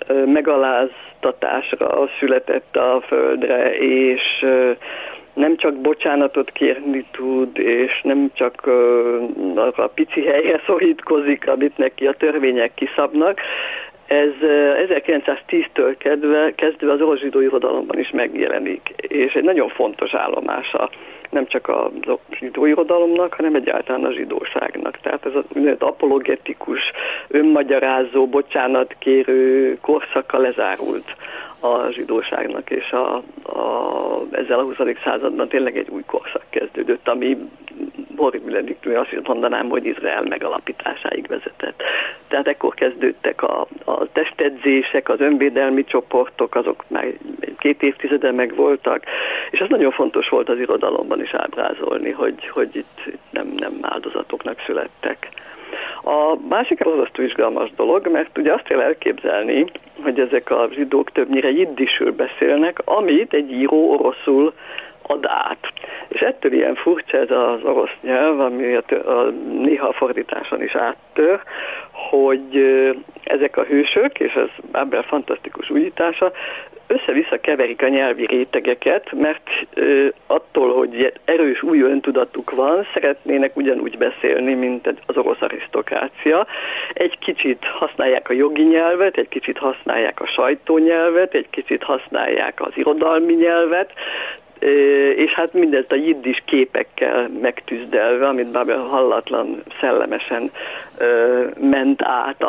megaláztatásra született a földre, és nem csak bocsánatot kérni tud, és nem csak arra a pici helyre szorítkozik, amit neki a törvények kiszabnak, ez 1910-től kezdve az orosz zsidó irodalomban is megjelenik, és egy nagyon fontos állomása nem csak a zsidó irodalomnak, hanem egyáltalán a zsidóságnak. Tehát ez az apologetikus, önmagyarázó, bocsánatkérő korszaka lezárult a zsidóságnak, és ezzel a 20. században tényleg egy új korszak kezdődött, ami horribiledik, azt mondanám, hogy Izrael megalapításáig vezetett. Tehát ekkor kezdődtek a testedzések, az önvédelmi csoportok, azok már 2 évtizede meg voltak, és ez nagyon fontos volt az irodalomban is ábrázolni, hogy itt nem áldozatoknak születtek. A másik az izgalmas dolog, mert ugye azt kell elképzelni, hogy ezek a zsidók többnyire jiddisül beszélnek, amit egy író oroszul ad át. És ettől ilyen furcsa ez az orosz nyelv, ami néha a fordításon is áttör, hogy ezek a hősök, és ez Babel fantasztikus újítása, össze-vissza keverik a nyelvi rétegeket, mert attól, hogy erős új öntudatuk van, szeretnének ugyanúgy beszélni, mint az orosz arisztokrácia. Egy kicsit használják a jogi nyelvet, egy kicsit használják a sajtónyelvet, egy kicsit használják az irodalmi nyelvet, és hát mindezt a jiddis képekkel megtüzdelve, amit Babel hallatlan szellemesen ment át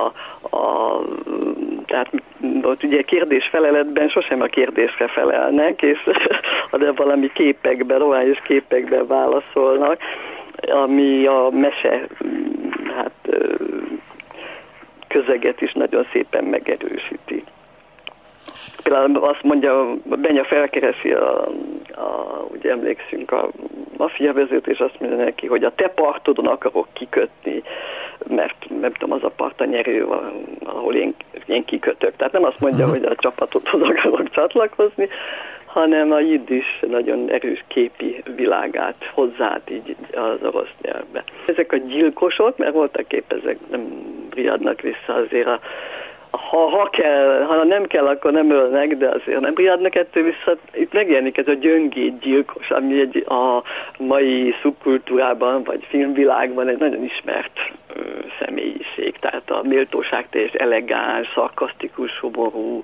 tehát ott ugye kérdés-feleletben sosem a kérdésre felelnek, és de valami képekben, roványos képekben válaszolnak, ami a mese közeget is nagyon szépen megerősíti. Például azt mondja, Benya felkeresi ugye emlékszünk a maffia vezető, és azt mondja neki, hogy a te partodon akarok kikötni, mert nem tudom, az a part a nyerő, ahol én kikötök. Tehát nem azt mondja, hogy a csapatodhoz akarok csatlakozni, hanem a jiddis nagyon erős képi világát hozzát így az orosz nyelvbe. Ezek a gyilkosok, mert voltak épp ezek nem riadnak vissza azért ha nem kell, akkor nem ölnek, de azért nem riadnak ettől vissza. Itt megjelenik ez a gyöngéd gyilkos, ami a mai szubkultúrában, vagy filmvilágban egy nagyon ismert személyiség. Tehát a méltóságteljes, elegáns, szarkasztikus, humorú,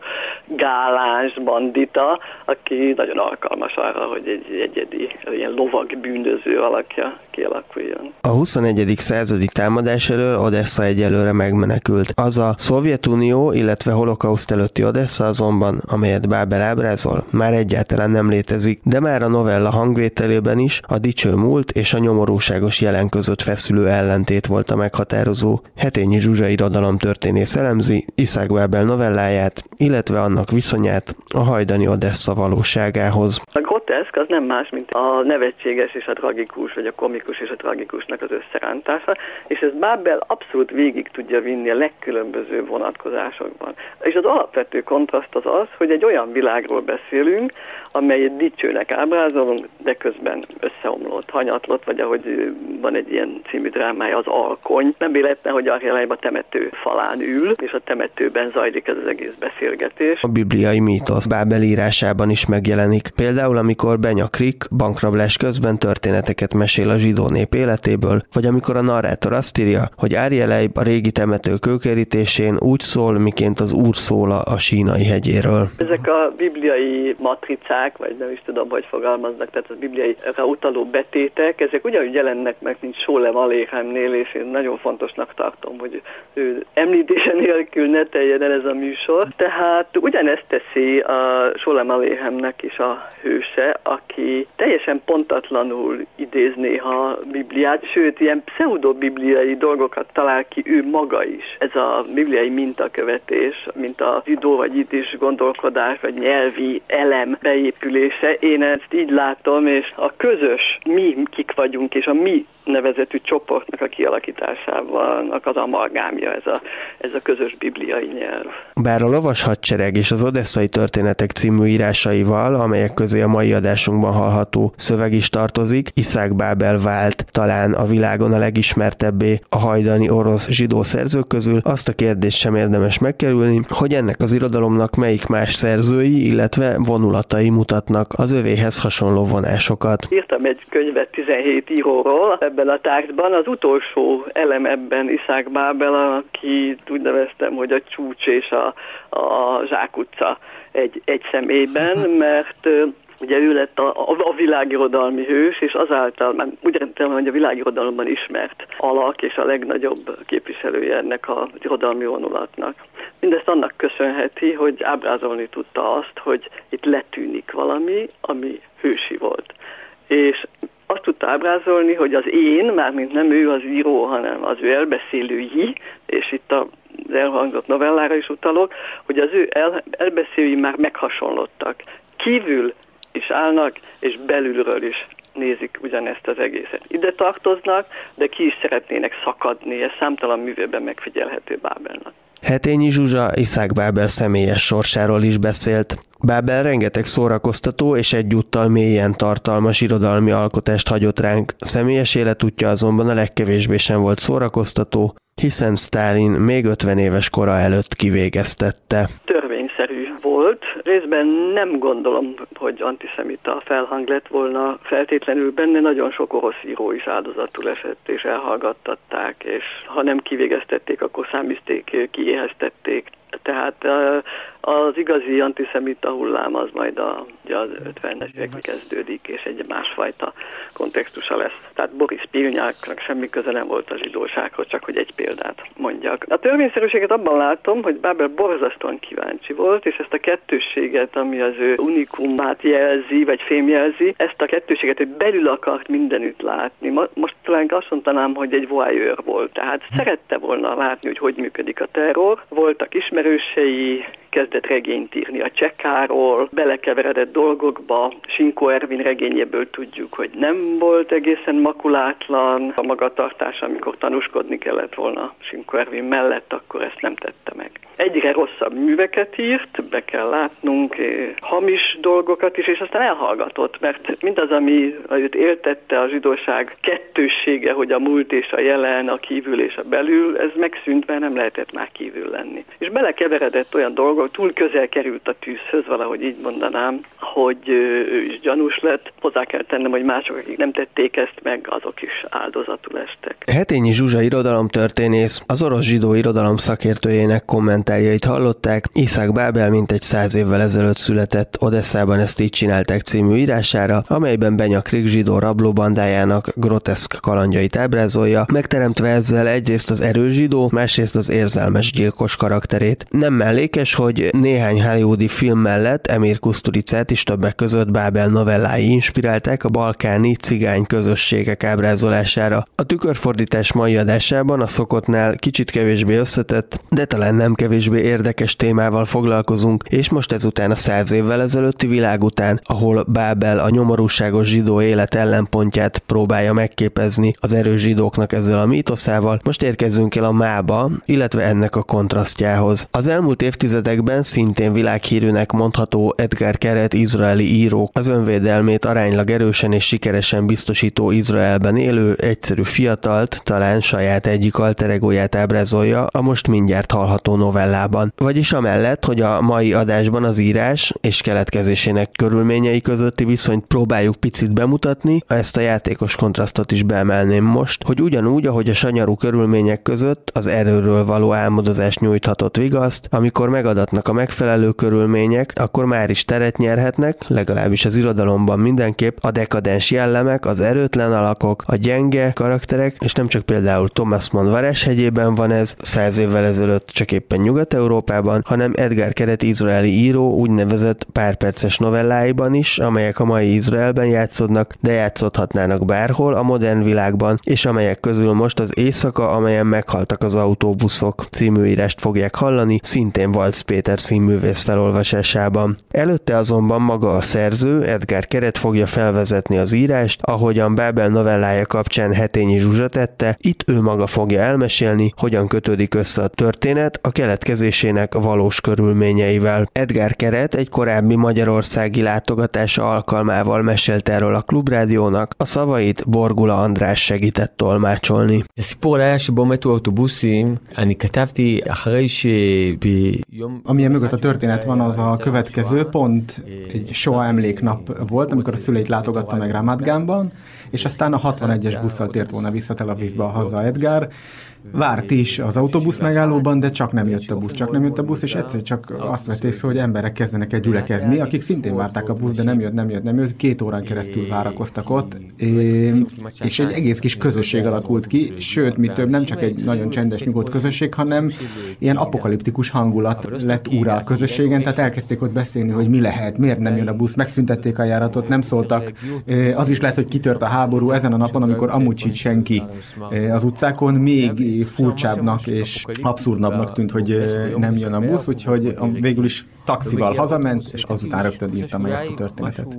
gáláns bandita, aki nagyon alkalmas arra, hogy egy egyedi, ilyen lovag bűnöző alakja kialakuljon. A 21. századi támadás elől Odessa egyelőre megmenekült. Az a Szovjetunió, illetve holokauszt előtti Odessa azonban, amelyet Bábel ábrázol, már egyáltalán nem létezik, de már a novella hangvételében is a dicső múlt és a nyomorúságos jelen között feszülő ellentét volt a meghatározó. Hetényi Zsuzsa irodalomtörténész elemzi Iszák Bábel novelláját, illetve annak viszonyát a hajdani Odessa valóságához. A groteszk az nem más, mint a nevetséges és a tragikus, vagy a komikus és a tragikusnak az összerántása, és ez Bábel abszolút végig tudja vinni a legkülönbözőbb vonatkozásokban. És az alapvető kontraszt az, hogy egy olyan világról beszélünk, amelyet dicsőnek ábrázolunk, de közben összeomlott, hanyatlott, vagy ahogy van egy ilyen című drámája, az Alkony. Nem véletlen, hogy Arjeleib a temető falán ül, és a temetőben zajlik ez az egész beszélgetés. A bibliai mítosz Bábel írásában is megjelenik. Például, amikor Benya Krik bankrablás közben történeteket mesél a zsidó nép életéből, vagy amikor a narrátor azt írja, hogy Arjeleib a régi temető kőkerítésén úgy szól, miként az Úr szól a Sínai hegyéről. Ezek a bibliai matricák, vagy nem is tudom, hogy fogalmaznak, tehát a bibliaira utaló betétek, ezek ugyanúgy jelennek meg, mint Sholem Aleichemnél, és én nagyon fontosnak tartom, hogy ő említése nélkül ne teljen el ez a műsor. Tehát ugyanezt teszi a Sholem Aleichemnek is a hőse, aki teljesen pontatlanul idéz néha a Bibliát, sőt, ilyen pseudo-bibliai dolgokat talál ki ő maga is. Ez a bibliai mintakövetés, mint a zsidó vagy jiddis gondolkodás, vagy nyelvi elem beépülése. Én ezt így látom, és a közös mi kik vagyunk, és a mi nevezetű csoportnak a kialakításában az amalgámja ez a közös bibliai nyelv. Bár a Lovas hadsereg és az Odesszai történetek című írásaival, amelyek közé a mai adásunkban hallható szöveg is tartozik, Iszák Bábel vált talán a világon a legismertebbé a hajdani orosz zsidó szerzők közül, azt a kérdést sem érdemes megkerülni, hogy ennek az irodalomnak melyik más szerzői, illetve vonulatai mutatnak az övéhez hasonló vonásokat. Írtam egy könyvet 17 íróról ebben a tárgyban. Az utolsó elem ebben Iszák Bábel, aki úgy neveztem, hogy a csúcs és a zsákutca egy személyben, mert ugye ő lett a világirodalmi hős, és azáltal már úgy rendben, hogy a világirodalomban ismert alak, és a legnagyobb képviselője ennek a irodalmi vonulatnak. Mindezt annak köszönheti, hogy ábrázolni tudta azt, hogy itt letűnik valami, ami hősi volt. És azt tudta ábrázolni, hogy az én, mármint nem ő az író, hanem az ő elbeszélői, és itt az elhangzott novellára is utalok, hogy az ő elbeszélői már meghasonlottak. Kívül is állnak, és belülről is nézik ugyanezt az egészet. Ide tartoznak, de ki is szeretnének szakadni, ez számtalan művében megfigyelhető Bábelnak. Hetényi Zsuzsa Iszák Bábel személyes sorsáról is beszélt. Bábel rengeteg szórakoztató és egyúttal mélyen tartalmas irodalmi alkotást hagyott ránk. Személyes életútja azonban a legkevésbé sem volt szórakoztató, hiszen Sztálin még 50 éves kora előtt kivégeztette. Törvényszerű volt. Részben nem gondolom, hogy antiszemita felhang lett volna feltétlenül benne. Nagyon sok orosz író is áldozatul esett, és elhallgattatták, és ha nem kivégeztették, akkor száműzték, kiéheztették. Tehát az igazi antiszemita hullám az majd az 50-es években kezdődik, és egy másfajta kontextusa lesz. Tehát Boris Pilnyáknak semmi köze nem volt a zsidósághoz, csak hogy egy példát mondjak. A törvényszerűséget abban látom, hogy Bábel borzasztóan kíváncsi volt, és ezt a kettősséget, ami az ő unikumát jelzi, vagy fémjelzi, ezt a kettősséget, hogy belül akart mindenütt látni. Most talán azt mondanám, hogy egy voyeur volt. Tehát szerette volna látni, hogy működik a terror. Voltak ismerősei, kezdett elkezdett regényt írni a Csekáról, belekeveredett dolgokba. Sinkó Ervin regényéből tudjuk, hogy nem volt egészen makulátlan a magatartása, amikor tanúskodni kellett volna Sinkó Ervin mellett, akkor ezt nem tette meg. Egyre rosszabb műveket írt, be kell látnunk, hamis dolgokat is, és aztán elhallgatott, mert mindaz, ami őt éltette a zsidóság kettőssége, hogy a múlt és a jelen, a kívül és a belül, ez megszűnt, mert nem lehetett már kívül lenni. És belekeveredett olyan dolgok, túl közel került a tűzhöz, valahogy így mondanám, hogy ő is gyanús lett. Hozzá kell tennem, hogy mások, akik nem tették ezt meg, azok is áldozatul estek. Hetényi Zsuzsa irodalomtörténész, az orosz zsidó irodalom szakértőjének kommentárjait hallották. Iszák Bábel mintegy 100 évvel ezelőtt született, Odesszában ezt így csinálták című írására, amelyben Benyakrik zsidó rablóbandájának groteszk kalandjait ábrázolja, megteremtve ezzel egyrészt az erős zsidó, másrészt az érzelmes gyilkos karakterét. Nem mellékes, hogy néhány hollywoodi film mellett Emir Kusturicát is többek között Bábel novellái inspirálták a balkáni cigány közösségek ábrázolására. A tükörfordítás mai adásában a szokottnál kicsit kevésbé összetett, de talán nem kevésbé érdekes témával foglalkozunk, és most ezután a 100 évvel ezelőtti világ után, ahol Bábel a nyomorúságos zsidó élet ellenpontját próbálja megképezni az erős zsidóknak ezzel a mítoszával, most érkezzünk el a mába, illetve ennek a kontrasztjához. Az elmúlt évtizedekben szintén világhírűnek mondható Edgar Keret izraeli író az önvédelmét aránylag erősen és sikeresen biztosító Izraelben élő, egyszerű fiatalt, talán saját egyik alter egóját ábrázolja a most mindjárt hallható novellában. Vagyis amellett, hogy a mai adásban az írás és keletkezésének körülményei közötti viszonyt próbáljuk picit bemutatni, ezt a játékos kontrasztot is beemelném most, hogy ugyanúgy, ahogy a sanyarú körülmények között az erőről való álmodozás nyújthatott vigaszt, amikor megadatnak a megfelelő körülmények, akkor már is teret nyerhetnek, legalábbis az irodalomban mindenképp a dekadens jellemek, az erőtlen alakok, a gyenge karakterek, és nem csak például Thomas Mann Varázshegyében van ez, 100 évvel ezelőtt csak éppen Nyugat-Európában, hanem Edgar Keret izraeli író úgynevezett párperces novelláiban is, amelyek a mai Izraelben játszódnak, de játszódhatnának bárhol a modern világban, és amelyek közül most az Éjszaka, amelyen meghaltak az autóbuszok című írást fogják hallani, szintén Waltz Péter színművész felolvasásában. Előtte azonban maga a szerző, Edgar Keret fogja felvezetni az írást, ahogyan Bábel novellája kapcsán Hetényi Zsuzsa tette, itt ő maga fogja elmesélni, hogyan kötődik össze a történet a keletkezésének valós körülményeivel. Edgar Keret egy korábbi magyarországi látogatása alkalmával mesélt erről a Klubrádiónak, a szavait Borgula András segített tolmácsolni. Amilyen mögött a történet van, az a következő, pont egy Shoah emléknap volt, amikor a szüleit látogatta meg Ramat Ganban, és aztán a 61-es busszal tért volna vissza Tel Avivba haza Edgar. Várt is az autóbusz megállóban, de csak nem jött a busz, és egyszer csak azt vett észre, hogy emberek kezdenek el gyülekezni, akik szintén várták a busz, de nem jött. 2 órán keresztül várakoztak ott, és egy egész kis közösség alakult ki, sőt, mi több, nem csak egy nagyon csendes, nyugodt közösség, hanem ilyen apokaliptikus hangulat lett úrá a közösségen, tehát elkezdték ott beszélni, hogy mi lehet, miért nem jön a busz, megszüntették a járatot, nem szóltak. Az is lehet, hogy kitört a háború ezen a napon, amikor amúgy sincs senki az utcákon, még furcsábbnak és abszurdabbnak tűnt, hogy nem jön a busz, úgyhogy végül is taxival hazament, és azután rögtön írtam meg ezt a történetet.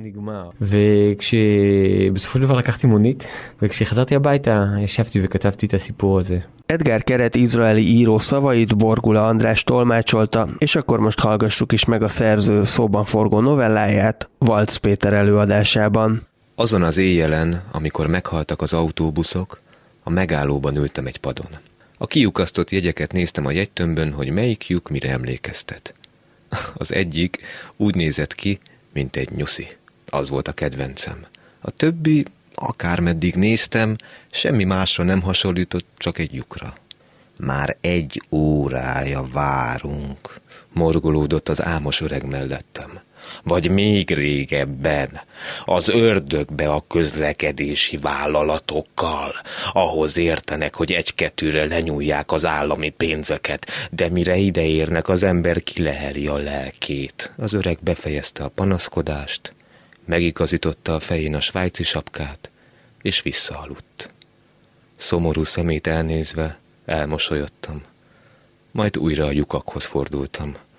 ובסופו של דבר לקחתי מונית, וכשחזרתי הביתה ישבתי וכתבתי את הסיפור הזה. Edgar Keret izraeli író szavait Borgula András tolmácsolta, és akkor most hallgassuk is meg a szerző szóban forgó novelláját Waltz Péter előadásában. Azon az éjjelen, amikor meghaltak az autóbuszok, a megállóban ültem egy padon. A kiukasztott jegyeket néztem a jegytömbön, hogy melyik lyuk mire emlékeztet. Az egyik úgy nézett ki, mint egy nyuszi. Az volt a kedvencem. A többi, akármeddig néztem, semmi másra nem hasonlított, csak egy lyukra. Már 1 órája várunk, morgolódott az álmos öreg mellettem. Vagy még régebben, az ördögbe a közlekedési vállalatokkal. Ahhoz értenek, hogy 1-2-re lenyúlják az állami pénzeket, de mire ideérnek, az ember kileheli a lelkét. Az öreg befejezte a panaszkodást, megigazította a fején a svájci sapkát, és visszaaludt. Szomorú szemét elnézve elmosolyodtam, majd újra a lyukakhoz fordultam.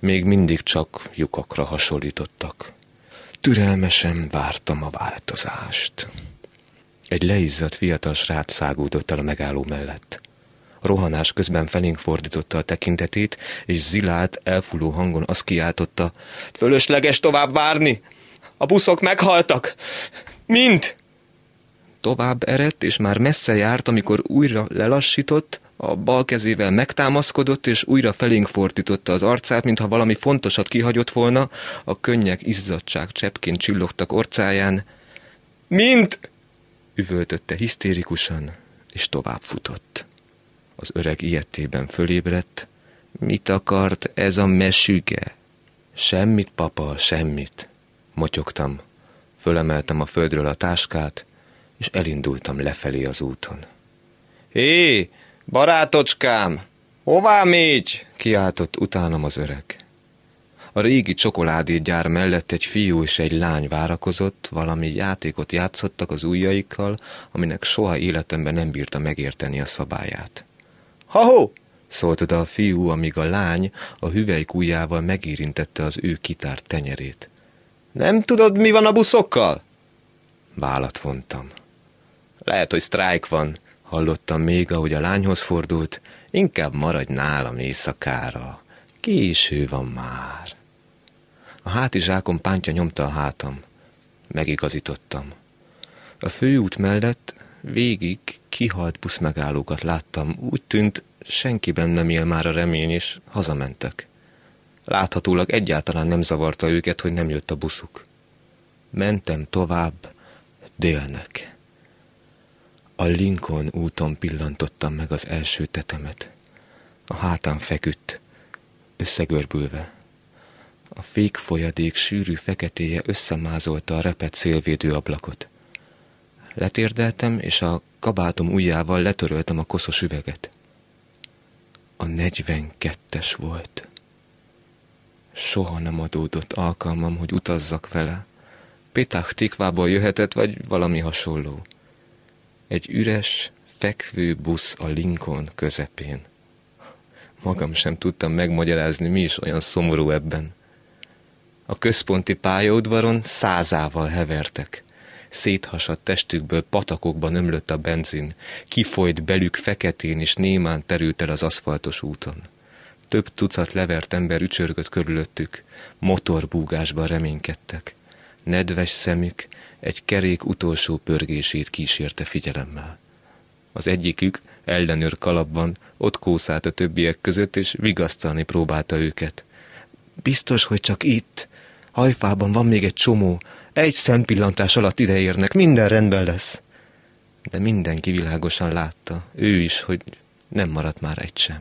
még mindig csak lyukakra hasonlítottak. Türelmesen vártam a változást. Egy leizzadt fiatal srác szágúdott el a megálló mellett. Rohanás közben felénk fordította a tekintetét, és zilált, elfúló hangon azt kiáltotta: fölösleges tovább várni! A buszok meghaltak! Mind! Tovább eredt, és már messze járt, amikor újra lelassított, a bal kezével megtámaszkodott, és újra felénk fordította az arcát, mintha valami fontosat kihagyott volna, a könnyek izzadtság cseppként csillogtak orcáján. Mind! Üvöltötte hisztérikusan, és tovább futott. Az öreg ijedtében fölébredt. Mit akart ez a mesüge? Semmit, papa, semmit. Motyogtam. Fölemeltem a földről a táskát, és elindultam lefelé az úton. Hé, barátocskám! Hová mégy? Kiáltott utánam az öreg. A régi csokoládégyár mellett egy fiú és egy lány várakozott, valami játékot játszottak az ujjaikkal, aminek soha életemben nem bírta megérteni a szabályát. Ha-ho! Szólt oda a fiú, amíg a lány a hüvelyk ujjával megérintette az ő kitárt tenyerét. Nem tudod, mi van a buszokkal? Vállat vontam. Lehet, hogy sztrájk van, hallottam még, ahogy a lányhoz fordult. Inkább maradj nálam éjszakára. Késő van már. A hátizsákom pántja nyomta a hátam. Megigazítottam. A főút mellett végig kihalt buszmegállókat láttam. Úgy tűnt, senkiben nem él már a remény, és hazamentek. Láthatólag egyáltalán nem zavarta őket, hogy nem jött a buszuk. Mentem tovább, délnek. A Lincoln úton pillantottam meg az első tetemet. A hátán feküdt, összegörbülve. A fékfolyadék sűrű feketéje összemázolta a repett szélvédő ablakot. Letérdeltem, és a kabátom ujjával letöröltem a koszos üveget. A 42-es volt. Soha nem adódott alkalmam, hogy utazzak vele. Petach Tikvából jöhetett, vagy valami hasonló. Egy üres, fekvő busz a Lincoln közepén. Magam sem tudtam megmagyarázni, mi is olyan szomorú ebben. A központi pályaudvaron 100-ával hevertek. Széthasadt testükből patakokban ömlött a benzin, kifolyt belük feketén és némán terült el az aszfaltos úton. Több tucat levert ember ücsörgött körülöttük, motorbúgásban reménykedtek. Nedves szemük egy kerék utolsó pörgését kísérte figyelemmel. Az egyikük, ellenőr kalapban, ott kószált a többiek között, és vigasztalni próbálta őket. Biztos, hogy csak itt. Hajfában van még egy csomó. Egy szempillantás alatt ideérnek, minden rendben lesz. De mindenki világosan látta, ő is, hogy nem maradt már egy sem.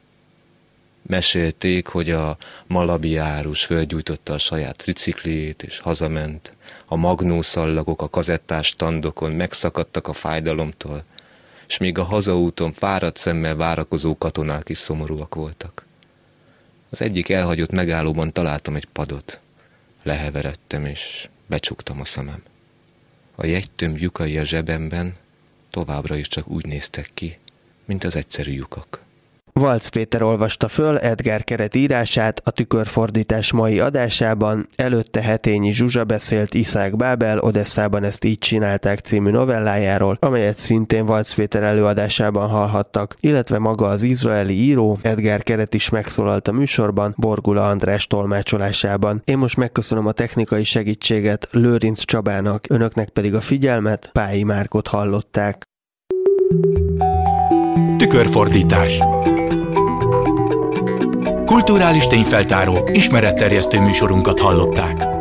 Mesélték, hogy a malabi árus fölgyújtotta a saját tricikliét, és hazament. A magnószallagok a kazettás standokon megszakadtak a fájdalomtól, és még a hazaúton fáradt szemmel várakozó katonák is szomorúak voltak. Az egyik elhagyott megállóban találtam egy padot. Leheveredtem, és becsuktam a szemem. A jegytömb lyukai a zsebemben továbbra is csak úgy néztek ki, mint az egyszerű lyukak. Valc Péter olvasta föl Edgár Keret írását a Tükörfordítás mai adásában, előtte Hetényi Zsuzsa beszélt Iszák Bábel Odesszában ezt így csinálták című novellájáról, amelyet szintén Valc Péter előadásában hallhattak, illetve maga az izraeli író Edgár Keret is megszólalt a műsorban Borgula András tolmácsolásában. Én most megköszönöm a technikai segítséget Lőrinc Csabának, önöknek pedig a figyelmet, Pályi Márkot hallották. Tükörfordítás. Kulturális tényfeltáró, ismeretterjesztő műsorunkat hallották.